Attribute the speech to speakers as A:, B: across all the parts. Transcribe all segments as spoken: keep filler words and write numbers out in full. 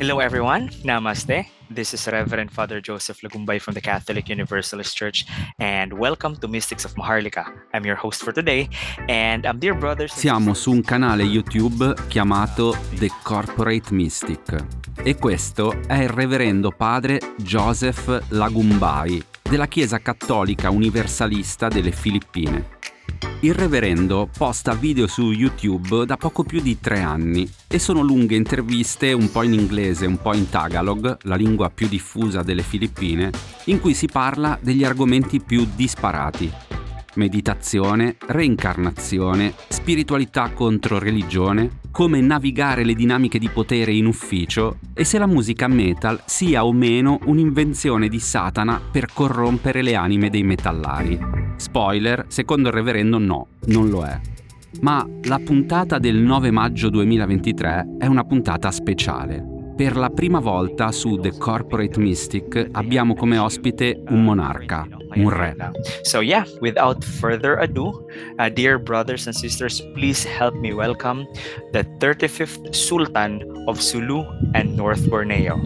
A: Hello everyone, Namaste. This is Reverend Father Joseph Lagumbay from the Catholic Universalist Church, and welcome to Mystics of Maharlika. I'm your host for today, and um, dear brothers and
B: Siamo
A: sisters,
B: su un canale YouTube chiamato The Corporate Mystic e questo è il Reverendo Padre Joseph Lagumbay della Chiesa Cattolica Universalista delle Filippine. Il reverendo posta video su YouTube da poco più di tre anni e sono lunghe interviste un po' in inglese, un po' in Tagalog, la lingua più diffusa delle Filippine, in cui si parla degli argomenti più disparati: meditazione, reincarnazione, spiritualità contro religione, come navigare le dinamiche di potere in ufficio e se la musica metal sia o meno un'invenzione di Satana per corrompere le anime dei metallari. Spoiler, secondo il reverendo no, non lo è. Ma la puntata del nove maggio duemilaventitré è una puntata speciale. Per la prima volta su The Corporate Mystic abbiamo come ospite un monarca, un re.
A: So yeah, without further ado, uh, dear brothers and sisters, please help me welcome the thirty-fifth Sultan of Sulu and North Borneo,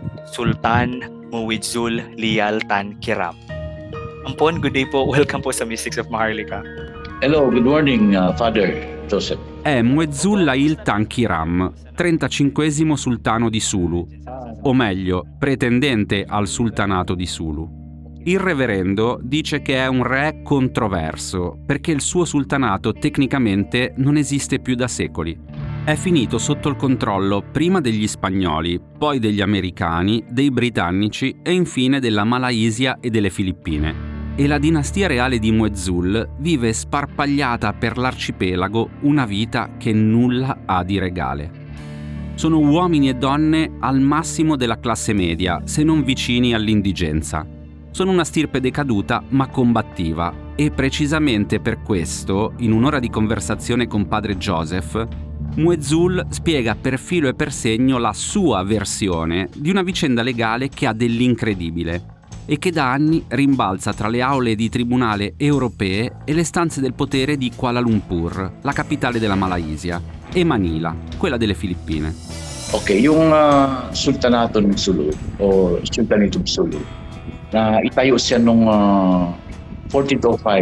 A: Sultan Muwizul Lial Tan Kiram. Ampon, good day po. Welcome po sa Mystics of Maharlika.
C: Hello, good morning, uh, Father Joseph.
B: È Muwizul Lial Tan Kiram, trentacinquesimo sultano di Sulu, o meglio, pretendente al sultanato di Sulu. Il reverendo dice che è un re controverso, perché il suo sultanato tecnicamente non esiste più da secoli. È finito sotto il controllo prima degli spagnoli, poi degli americani, dei britannici e infine della Malaysia e delle Filippine. E la dinastia reale di Muwizul vive sparpagliata per l'arcipelago una vita che nulla ha di regale. Sono uomini e donne al massimo della classe media, se non vicini all'indigenza. Sono una stirpe decaduta ma combattiva e precisamente per questo, in un'ora di conversazione con padre Joseph, Muwizul spiega per filo e per segno la sua versione di una vicenda legale che ha dell'incredibile e che da anni rimbalza tra le aule di tribunale europee e le stanze del potere di Kuala Lumpur, la capitale della Malaysia, e Manila, quella delle Filippine.
C: Okay, yung uh, Sultanato ng Sulu o Sultanate of Sulu na itayo siya nung uh, fourteen oh five.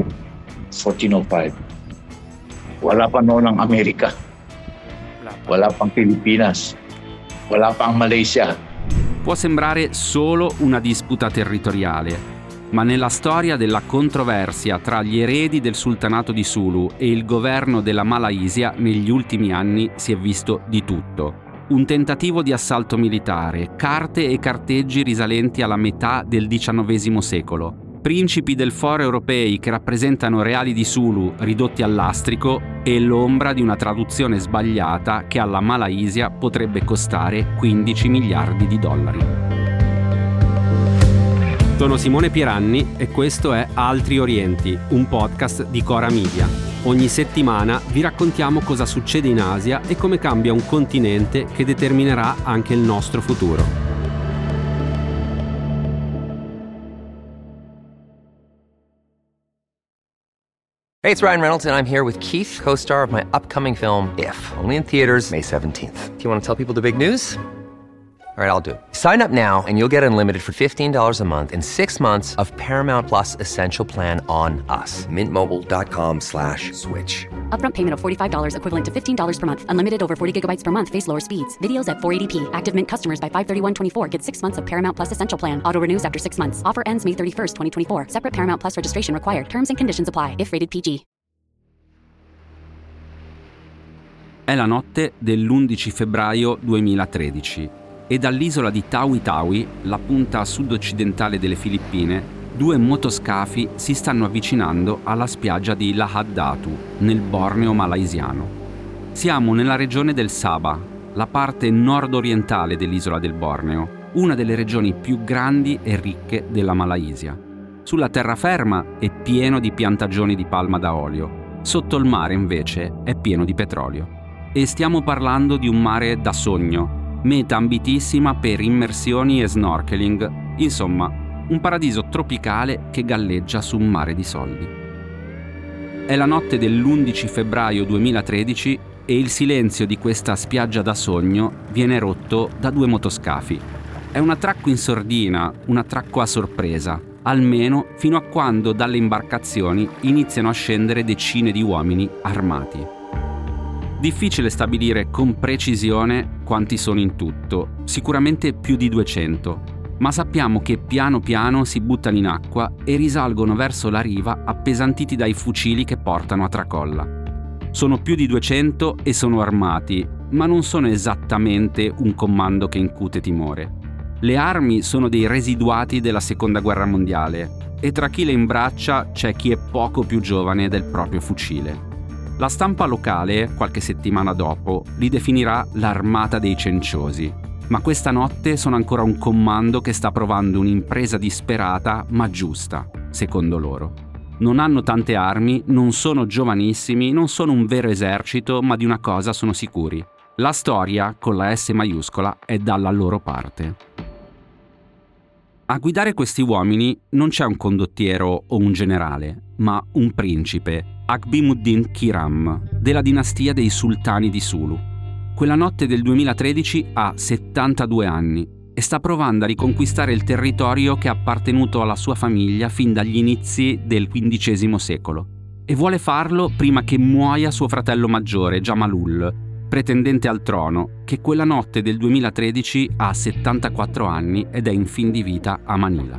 C: Wala pa noon ang Amerika. Wala pang Pilipinas. Wala pang Malaysia.
B: Può sembrare solo una disputa territoriale, ma nella storia della controversia tra gli eredi del sultanato di Sulu e il governo della Malaysia negli ultimi anni si è visto di tutto. Un tentativo di assalto militare, carte e carteggi risalenti alla metà del diciannovesimo secolo, principi del foro europei che rappresentano reali di Sulu ridotti al lastrico e l'ombra di una traduzione sbagliata che alla Malaysia potrebbe costare quindici miliardi di dollari. Sono Simone Pieranni e questo è Altri Orienti, un podcast di Cora Media. Ogni settimana vi raccontiamo cosa succede in Asia e come cambia un continente che determinerà anche il nostro futuro.
D: Hey, it's Ryan Reynolds, and I'm here with Keith, co-star of my upcoming film, If, only in theaters May seventeenth. Do you want to tell people the big news? All right, I'll do it. Sign up now and you'll get unlimited for fifteen dollars a month and six months of Paramount Plus Essential Plan on us. Mint Mobile dot com slash switch.
E: Upfront payment of forty-five dollars equivalent to fifteen dollars per month. Unlimited over forty gigabytes per month. Face lower speeds. Videos at four eighty p. Active Mint customers by five thirty-one twenty-four get six months of Paramount Plus Essential Plan. Auto renews after six months. Offer ends May thirty-first, twenty twenty-four. Separate Paramount Plus registration required. Terms and conditions apply if rated P G.
B: È la notte dell'undici febbraio duemilatredici e dall'isola di Tawi Tawi, la punta sud-occidentale delle Filippine, due motoscafi si stanno avvicinando alla spiaggia di Lahad Datu, nel Borneo malaysiano. Siamo nella regione del Sabah, la parte nord-orientale dell'isola del Borneo, una delle regioni più grandi e ricche della Malaysia. Sulla terraferma è pieno di piantagioni di palma da olio, sotto il mare invece è pieno di petrolio. E stiamo parlando di un mare da sogno, meta ambitissima per immersioni e snorkeling, insomma, un paradiso tropicale che galleggia su un mare di soldi. È la notte dell'undici febbraio duemilatredici e il silenzio di questa spiaggia da sogno viene rotto da due motoscafi. È un attracco in sordina, un attracco a sorpresa, almeno fino a quando dalle imbarcazioni iniziano a scendere decine di uomini armati. Difficile stabilire con precisione quanti sono in tutto, sicuramente più di duecento, ma sappiamo che piano piano si buttano in acqua e risalgono verso la riva appesantiti dai fucili che portano a tracolla. Sono più di duecento e sono armati, ma non sono esattamente un comando che incute timore. Le armi sono dei residuati della Seconda Guerra Mondiale e tra chi le imbraccia c'è chi è poco più giovane del proprio fucile. La stampa locale, qualche settimana dopo, li definirà l'Armata dei Cenciosi. Ma questa notte sono ancora un comando che sta provando un'impresa disperata ma giusta, secondo loro. Non hanno tante armi, non sono giovanissimi, non sono un vero esercito, ma di una cosa sono sicuri. La storia, con la S maiuscola, è dalla loro parte. A guidare questi uomini non c'è un condottiero o un generale, ma un principe, Akbimuddin Kiram, della dinastia dei sultani di Sulu. Quella notte del duemilatredici ha settantadue anni e sta provando a riconquistare il territorio che è appartenuto alla sua famiglia fin dagli inizi del quindicesimo secolo. E vuole farlo prima che muoia suo fratello maggiore, Jamalul, pretendente al trono, che quella notte del duemilatredici ha settantaquattro anni ed è in fin di vita a Manila.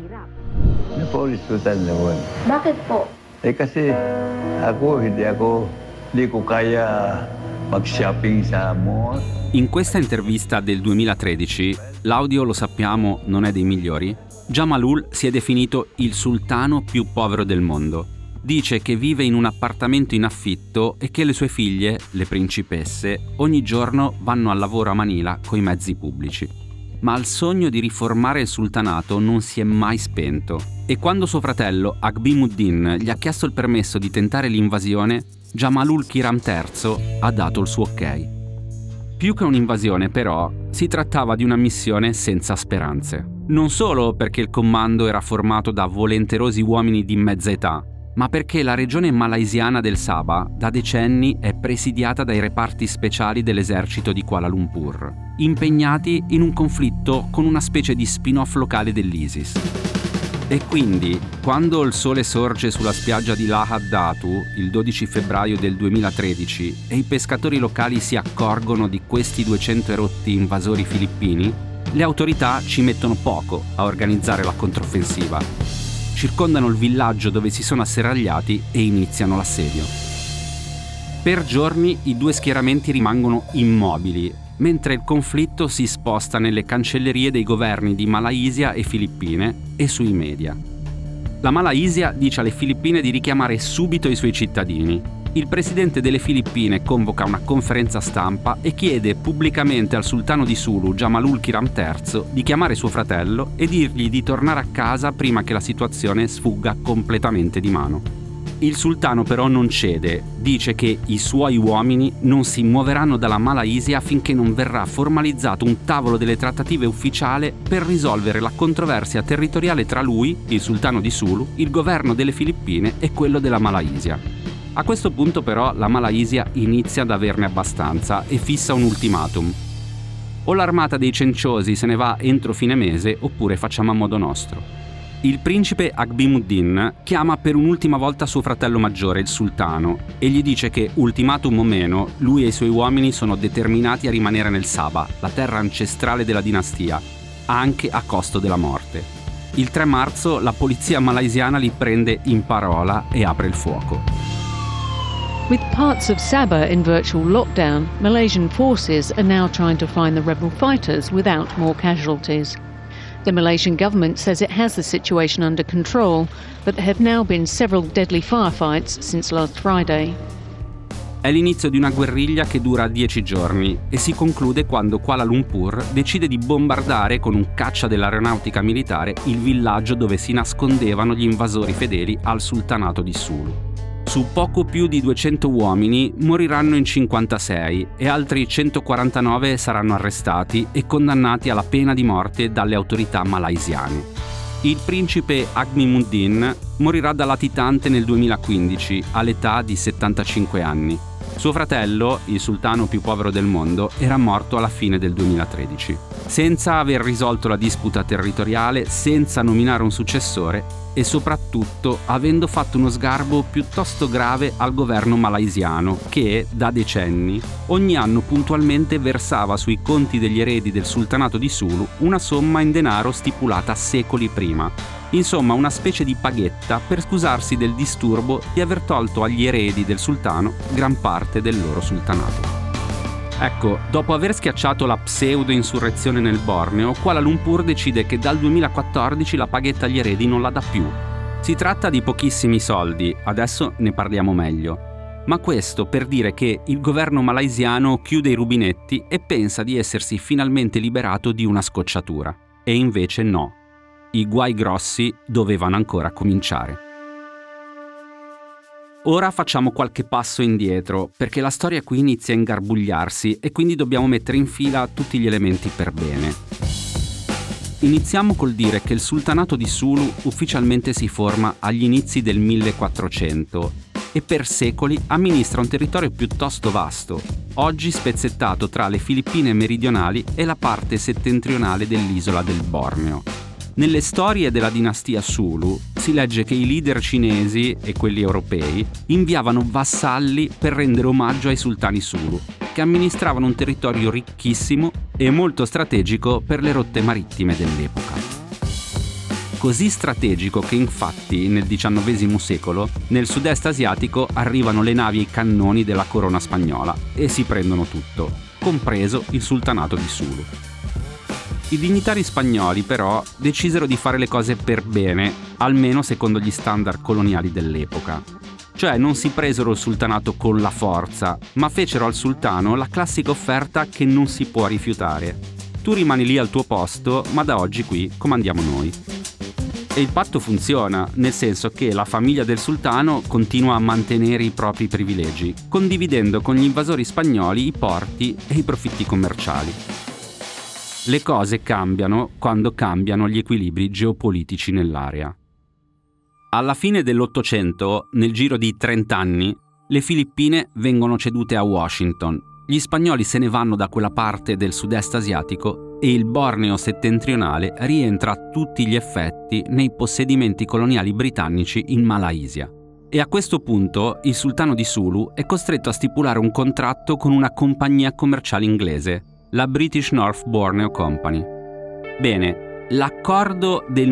F: Bakit po?
G: Eh kasi ako, hindi ako, hindi ko kaya mag-shopping sa mall.
B: In questa intervista del duemilatredici, l'audio, lo sappiamo, non è dei migliori, Jamalul si è definito il sultano più povero del mondo. Dice che vive in un appartamento in affitto e che le sue figlie, le principesse, ogni giorno vanno al lavoro a Manila coi mezzi pubblici. Ma il sogno di riformare il sultanato non si è mai spento e quando suo fratello Akbimuddin gli ha chiesto il permesso di tentare l'invasione, Jamalul Kiram terzo ha dato il suo ok. Più che un'invasione, però, si trattava di una missione senza speranze. Non solo perché il comando era formato da volenterosi uomini di mezza età, ma perché la regione malaysiana del Sabah da decenni è presidiata dai reparti speciali dell'esercito di Kuala Lumpur, impegnati in un conflitto con una specie di spin-off locale dell'ISIS. E quindi, quando il sole sorge sulla spiaggia di Lahad Datu, il dodici febbraio del duemilatredici, e i pescatori locali si accorgono di questi duecento erotti invasori filippini, le autorità ci mettono poco a organizzare la controffensiva. Circondano il villaggio dove si sono asserragliati e iniziano l'assedio. Per giorni i due schieramenti rimangono immobili, mentre il conflitto si sposta nelle cancellerie dei governi di Malaysia e Filippine e sui media. La Malaysia dice alle Filippine di richiamare subito i suoi cittadini. Il presidente delle Filippine convoca una conferenza stampa e chiede pubblicamente al sultano di Sulu, Jamalul Kiram terzo, di chiamare suo fratello e dirgli di tornare a casa prima che la situazione sfugga completamente di mano. Il sultano però non cede, dice che i suoi uomini non si muoveranno dalla Malaysia finché non verrà formalizzato un tavolo delle trattative ufficiale per risolvere la controversia territoriale tra lui, il sultano di Sulu, il governo delle Filippine e quello della Malaysia. A questo punto però la Malaysia inizia ad averne abbastanza e fissa un ultimatum. O l'armata dei Cenciosi se ne va entro fine mese oppure facciamo a modo nostro. Il principe Akbimuddin chiama per un'ultima volta suo fratello maggiore, il sultano, e gli dice che, ultimatum o meno, lui e i suoi uomini sono determinati a rimanere nel Sabah, la terra ancestrale della dinastia, anche a costo della morte. Il tre marzo la polizia malaysiana li prende in parola e apre il fuoco.
H: With parts of Sabah in virtual lockdown, Malaysian forces are now trying to find the rebel fighters without more casualties. The Malaysian government says it has the situation under control, but there have now been several deadly firefights since last Friday.
B: È l'inizio di una guerriglia che dura dieci giorni e si conclude quando Kuala Lumpur decide di bombardare con un caccia dell'aeronautica militare il villaggio dove si nascondevano gli invasori fedeli al sultanato di Sulu. Su poco più di duecento uomini moriranno in cinquantasei e altri centoquarantanove saranno arrestati e condannati alla pena di morte dalle autorità malaysiane. Il principe Akbimuddin morirà da latitante nel duemilaquindici all'età di settantacinque anni. Suo fratello, il sultano più povero del mondo, era morto alla fine del duemilatredici, senza aver risolto la disputa territoriale, senza nominare un successore e soprattutto avendo fatto uno sgarbo piuttosto grave al governo malaysiano che, da decenni, ogni anno puntualmente versava sui conti degli eredi del sultanato di Sulu una somma in denaro stipulata secoli prima. Insomma, una specie di paghetta per scusarsi del disturbo di aver tolto agli eredi del sultano gran parte del loro sultanato. Ecco, dopo aver schiacciato la pseudo-insurrezione nel Borneo, Kuala Lumpur decide che dal duemilaquattordici la paghetta agli eredi non la dà più. Si tratta di pochissimi soldi, adesso ne parliamo meglio. Ma questo per dire che il governo malaysiano chiude i rubinetti e pensa di essersi finalmente liberato di una scocciatura. E invece no. I guai grossi dovevano ancora cominciare. Ora facciamo qualche passo indietro, perché la storia qui inizia a ingarbugliarsi e quindi dobbiamo mettere in fila tutti gli elementi per bene. Iniziamo col dire che il sultanato di Sulu ufficialmente si forma agli inizi del millequattrocento e per secoli amministra un territorio piuttosto vasto, oggi spezzettato tra le Filippine meridionali e la parte settentrionale dell'isola del Borneo. Nelle storie della dinastia Sulu si legge che i leader cinesi e quelli europei inviavano vassalli per rendere omaggio ai sultani Sulu, che amministravano un territorio ricchissimo e molto strategico per le rotte marittime dell'epoca. Così strategico che infatti nel diciannovesimo secolo nel sud-est asiatico arrivano le navi e i cannoni della corona spagnola e si prendono tutto, compreso il sultanato di Sulu. I dignitari spagnoli, però, decisero di fare le cose per bene, almeno secondo gli standard coloniali dell'epoca. Cioè non si presero il sultanato con la forza, ma fecero al sultano la classica offerta che non si può rifiutare. Tu rimani lì al tuo posto, ma da oggi qui comandiamo noi. E il patto funziona, nel senso che la famiglia del sultano continua a mantenere i propri privilegi, condividendo con gli invasori spagnoli i porti e i profitti commerciali. Le cose cambiano quando cambiano gli equilibri geopolitici nell'area. Alla fine dell'Ottocento, nel giro di trenta anni, le Filippine vengono cedute a Washington, gli spagnoli se ne vanno da quella parte del sud-est asiatico e il Borneo settentrionale rientra a tutti gli effetti nei possedimenti coloniali britannici in Malaysia. E a questo punto il sultano di Sulu è costretto a stipulare un contratto con una compagnia commerciale inglese, la British North Borneo Company. Bene, l'accordo del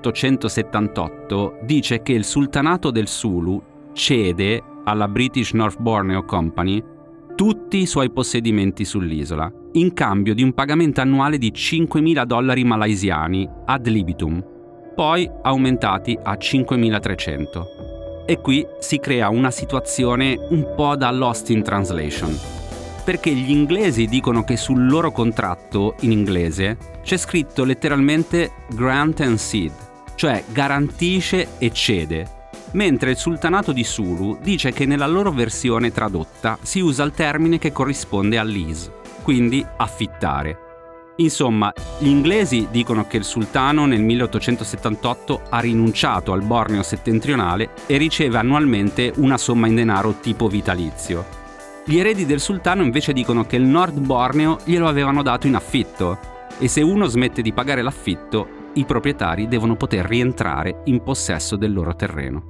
B: milleottocentosettantotto dice che il sultanato del Sulu cede alla British North Borneo Company tutti i suoi possedimenti sull'isola, in cambio di un pagamento annuale di cinquemila dollari malaysiani ad libitum, poi aumentati a cinquemilatrecento. E qui si crea una situazione un po' da Lost in Translation, perché gli inglesi dicono che sul loro contratto, in inglese, c'è scritto letteralmente grant and cede, cioè garantisce e cede, mentre il sultanato di Sulu dice che nella loro versione tradotta si usa il termine che corrisponde a lease, quindi affittare. Insomma, gli inglesi dicono che il sultano nel milleottocentosettantotto ha rinunciato al Borneo settentrionale e riceve annualmente una somma in denaro tipo vitalizio. Gli eredi del sultano invece dicono che il Nord Borneo glielo avevano dato in affitto e se uno smette di pagare l'affitto, i proprietari devono poter rientrare in possesso del loro terreno.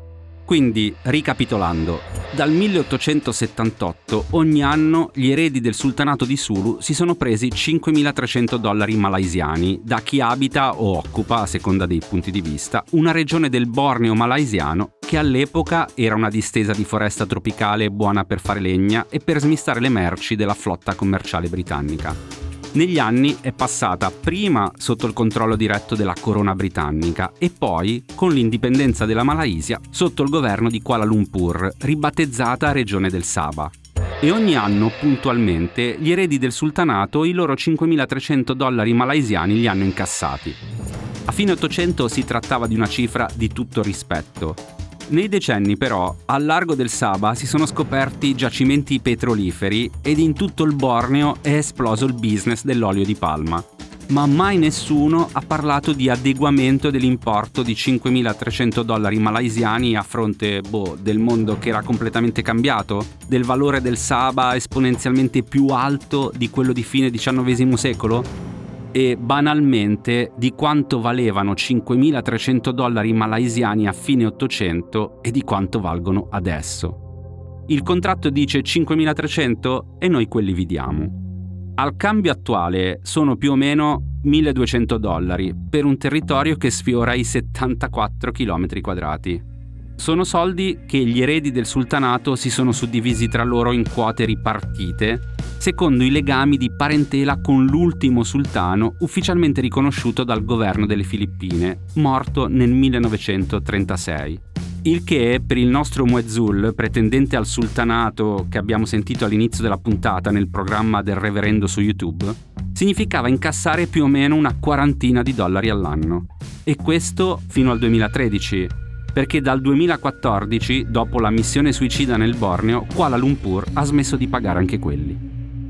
B: Quindi, ricapitolando, dal milleottocentosettantotto ogni anno gli eredi del sultanato di Sulu si sono presi cinquemilatrecento dollari malaysiani da chi abita o occupa, a seconda dei punti di vista, una regione del Borneo malaysiano che all'epoca era una distesa di foresta tropicale buona per fare legna e per smistare le merci della flotta commerciale britannica. Negli anni è passata prima sotto il controllo diretto della corona britannica e poi, con l'indipendenza della Malaysia, sotto il governo di Kuala Lumpur, ribattezzata Regione del Sabah. E ogni anno, puntualmente, gli eredi del sultanato i loro cinquemilatrecento dollari malaysiani li hanno incassati. A fine Ottocento si trattava di una cifra di tutto rispetto. Nei decenni però, al largo del Sabah si sono scoperti giacimenti petroliferi ed in tutto il Borneo è esploso il business dell'olio di palma. ma mai nessuno ha parlato di adeguamento dell'importo di cinquemilatrecento dollari malaysiani a fronte, boh, del mondo che era completamente cambiato, del valore del Sabah esponenzialmente più alto di quello di fine diciannovesimo secolo e banalmente di quanto valevano cinquemilatrecento dollari malaysiani a fine Ottocento e di quanto valgono adesso. Il contratto dice cinquemilatrecento e noi quelli vi diamo. Al cambio attuale sono più o meno milleduecento dollari per un territorio che sfiora i settantaquattro chilometri quadrati. Sono soldi che gli eredi del sultanato si sono suddivisi tra loro in quote ripartite, secondo i legami di parentela con l'ultimo sultano ufficialmente riconosciuto dal governo delle Filippine, morto nel millenovecentotrentasei. Il che, per il nostro Muezzul, pretendente al sultanato che abbiamo sentito all'inizio della puntata nel programma del reverendo su YouTube, significava incassare più o meno una quarantina di dollari all'anno. E questo fino al duemilatredici, perché dal duemilaquattordici, dopo la missione suicida nel Borneo, Kuala Lumpur ha smesso di pagare anche quelli.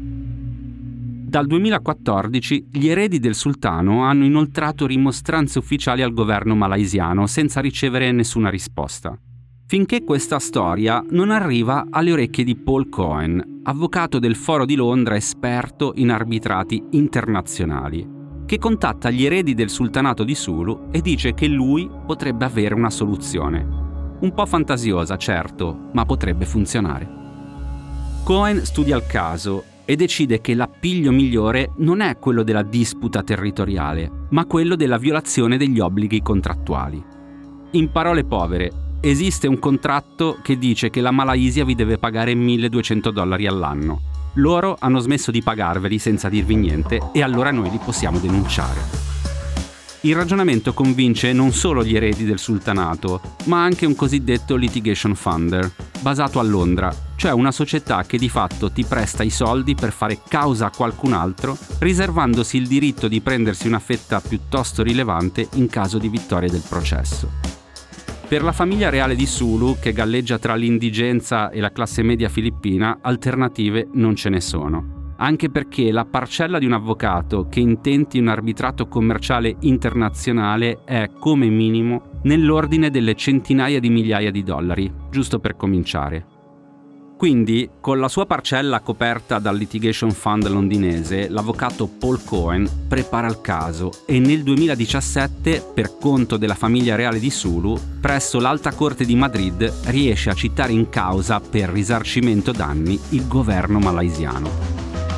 B: Dal duemilaquattordici gli eredi del sultano hanno inoltrato rimostranze ufficiali al governo malaysiano senza ricevere nessuna risposta. Finché questa storia non arriva alle orecchie di Paul Cohen, avvocato del Foro di Londra esperto in arbitrati internazionali, che contatta gli eredi del sultanato di Sulu e dice che lui potrebbe avere una soluzione. Un po' fantasiosa, certo, ma potrebbe funzionare. Cohen studia il caso e decide che l'appiglio migliore non è quello della disputa territoriale, ma quello della violazione degli obblighi contrattuali. In parole povere, esiste un contratto che dice che la Malaysia vi deve pagare milleduecento dollari all'anno. Loro hanno smesso di pagarveli senza dirvi niente e allora noi li possiamo denunciare. Il ragionamento convince non solo gli eredi del sultanato, ma anche un cosiddetto litigation funder, basato a Londra, cioè una società che di fatto ti presta i soldi per fare causa a qualcun altro, riservandosi il diritto di prendersi una fetta piuttosto rilevante in caso di vittoria del processo. Per la famiglia reale di Sulu, che galleggia tra l'indigenza e la classe media filippina, alternative non ce ne sono. Anche perché la parcella di un avvocato che intenti un arbitrato commerciale internazionale è, come minimo, nell'ordine delle centinaia di migliaia di dollari, giusto per cominciare. Quindi, con la sua parcella coperta dal litigation fund londinese, l'avvocato Paul Cohen prepara il caso e nel duemiladiciassette, per conto della famiglia reale di Sulu, presso l'Alta Corte di Madrid riesce a citare in causa per risarcimento danni il governo malaysiano.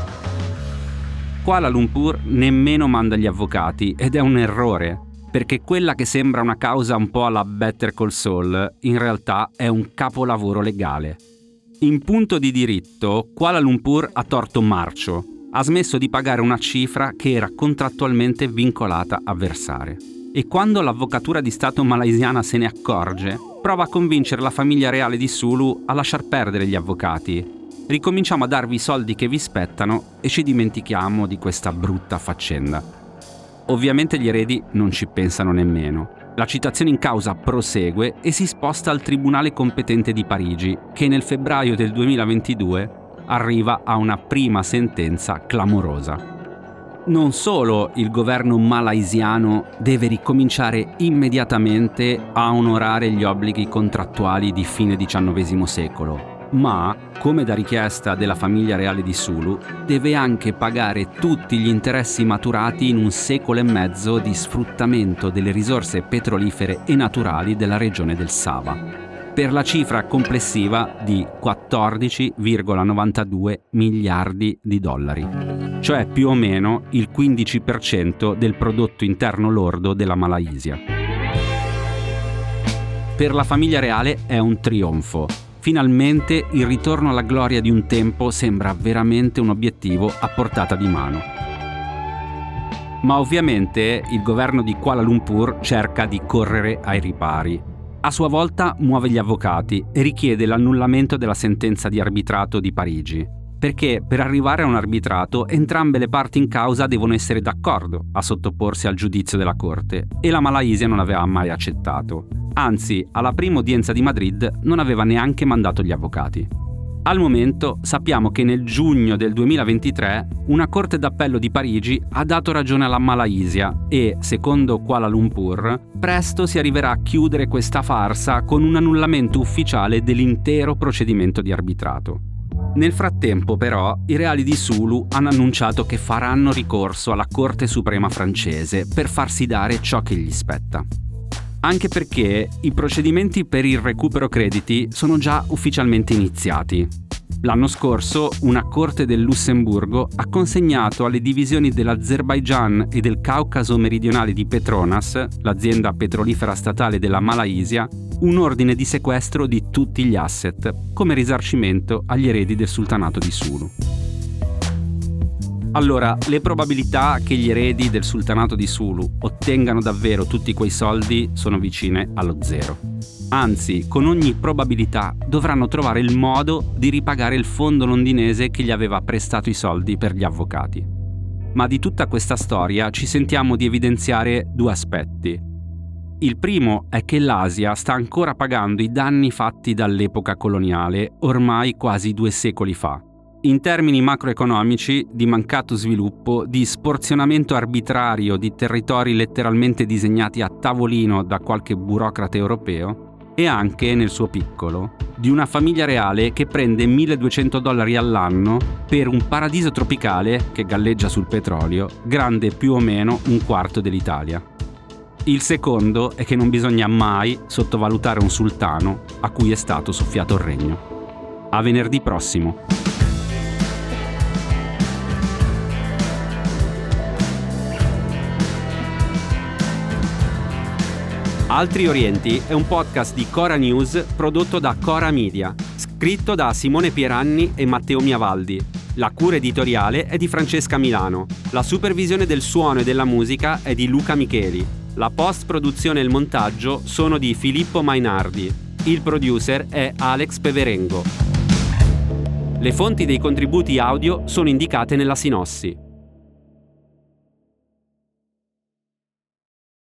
B: Kuala Lumpur nemmeno manda gli avvocati ed è un errore, perché quella che sembra una causa un po' alla Better Call Saul in realtà è un capolavoro legale. In punto di diritto, Kuala Lumpur ha torto marcio, ha smesso di pagare una cifra che era contrattualmente vincolata a versare. E quando l'avvocatura di Stato malaysiana se ne accorge, prova a convincere la famiglia reale di Sulu a lasciar perdere gli avvocati. Ricominciamo a darvi i soldi che vi spettano e ci dimentichiamo di questa brutta faccenda. Ovviamente gli eredi non ci pensano nemmeno. La citazione in causa prosegue e si sposta al tribunale competente di Parigi, che nel febbraio del duemilaventidue arriva a una prima sentenza clamorosa. Non solo il governo malaysiano deve ricominciare immediatamente a onorare gli obblighi contrattuali di fine diciannovesimo secolo, ma, come da richiesta della famiglia reale di Sulu, deve anche pagare tutti gli interessi maturati in un secolo e mezzo di sfruttamento delle risorse petrolifere e naturali della regione del Sabah, per la cifra complessiva di quattordici virgola novantadue miliardi di dollari, cioè più o meno il quindici per cento del prodotto interno lordo della Malaysia. Per la famiglia reale è un trionfo. Finalmente il ritorno alla gloria di un tempo sembra veramente un obiettivo a portata di mano. Ma ovviamente il governo di Kuala Lumpur cerca di correre ai ripari. A sua volta muove gli avvocati e richiede l'annullamento della sentenza di arbitrato di Parigi, perché per arrivare a un arbitrato entrambe le parti in causa devono essere d'accordo a sottoporsi al giudizio della Corte e la Malaysia non aveva mai accettato. Anzi, alla prima udienza di Madrid non aveva neanche mandato gli avvocati. Al momento sappiamo che nel giugno del duemilaventitré una corte d'appello di Parigi ha dato ragione alla Malaysia e, secondo Kuala Lumpur, presto si arriverà a chiudere questa farsa con un annullamento ufficiale dell'intero procedimento di arbitrato. Nel frattempo, però, i reali di Sulu hanno annunciato che faranno ricorso alla Corte Suprema francese per farsi dare ciò che gli spetta. Anche perché i procedimenti per il recupero crediti sono già ufficialmente iniziati. L'anno scorso una corte del Lussemburgo ha consegnato alle divisioni dell'Azerbaigian e del Caucaso meridionale di Petronas, l'azienda petrolifera statale della Malaysia, un ordine di sequestro di tutti gli asset come risarcimento agli eredi del sultanato di Sulu. Allora, le probabilità che gli eredi del sultanato di Sulu ottengano davvero tutti quei soldi sono vicine allo zero. Anzi, con ogni probabilità dovranno trovare il modo di ripagare il fondo londinese che gli aveva prestato i soldi per gli avvocati. Ma di tutta questa storia ci sentiamo di evidenziare due aspetti. Il primo è che l'Asia sta ancora pagando i danni fatti dall'epoca coloniale, ormai quasi due secoli fa. In termini macroeconomici, di mancato sviluppo, di sporzionamento arbitrario di territori letteralmente disegnati a tavolino da qualche burocrate europeo, e anche, nel suo piccolo, di una famiglia reale che prende milleduecento dollari all'anno per un paradiso tropicale che galleggia sul petrolio, grande più o meno un quarto dell'Italia. Il secondo è che non bisogna mai sottovalutare un sultano a cui è stato soffiato il regno. A venerdì prossimo. Altri Orienti è un podcast di Cora News prodotto da Cora Media, scritto da Simone Pieranni e Matteo Miavaldi. La cura editoriale è di Francesca Milano. La supervisione del suono e della musica è di Luca Micheli. La post-produzione e il montaggio sono di Filippo Mainardi. Il producer è Alex Peverengo. Le fonti dei contributi audio sono indicate nella sinossi.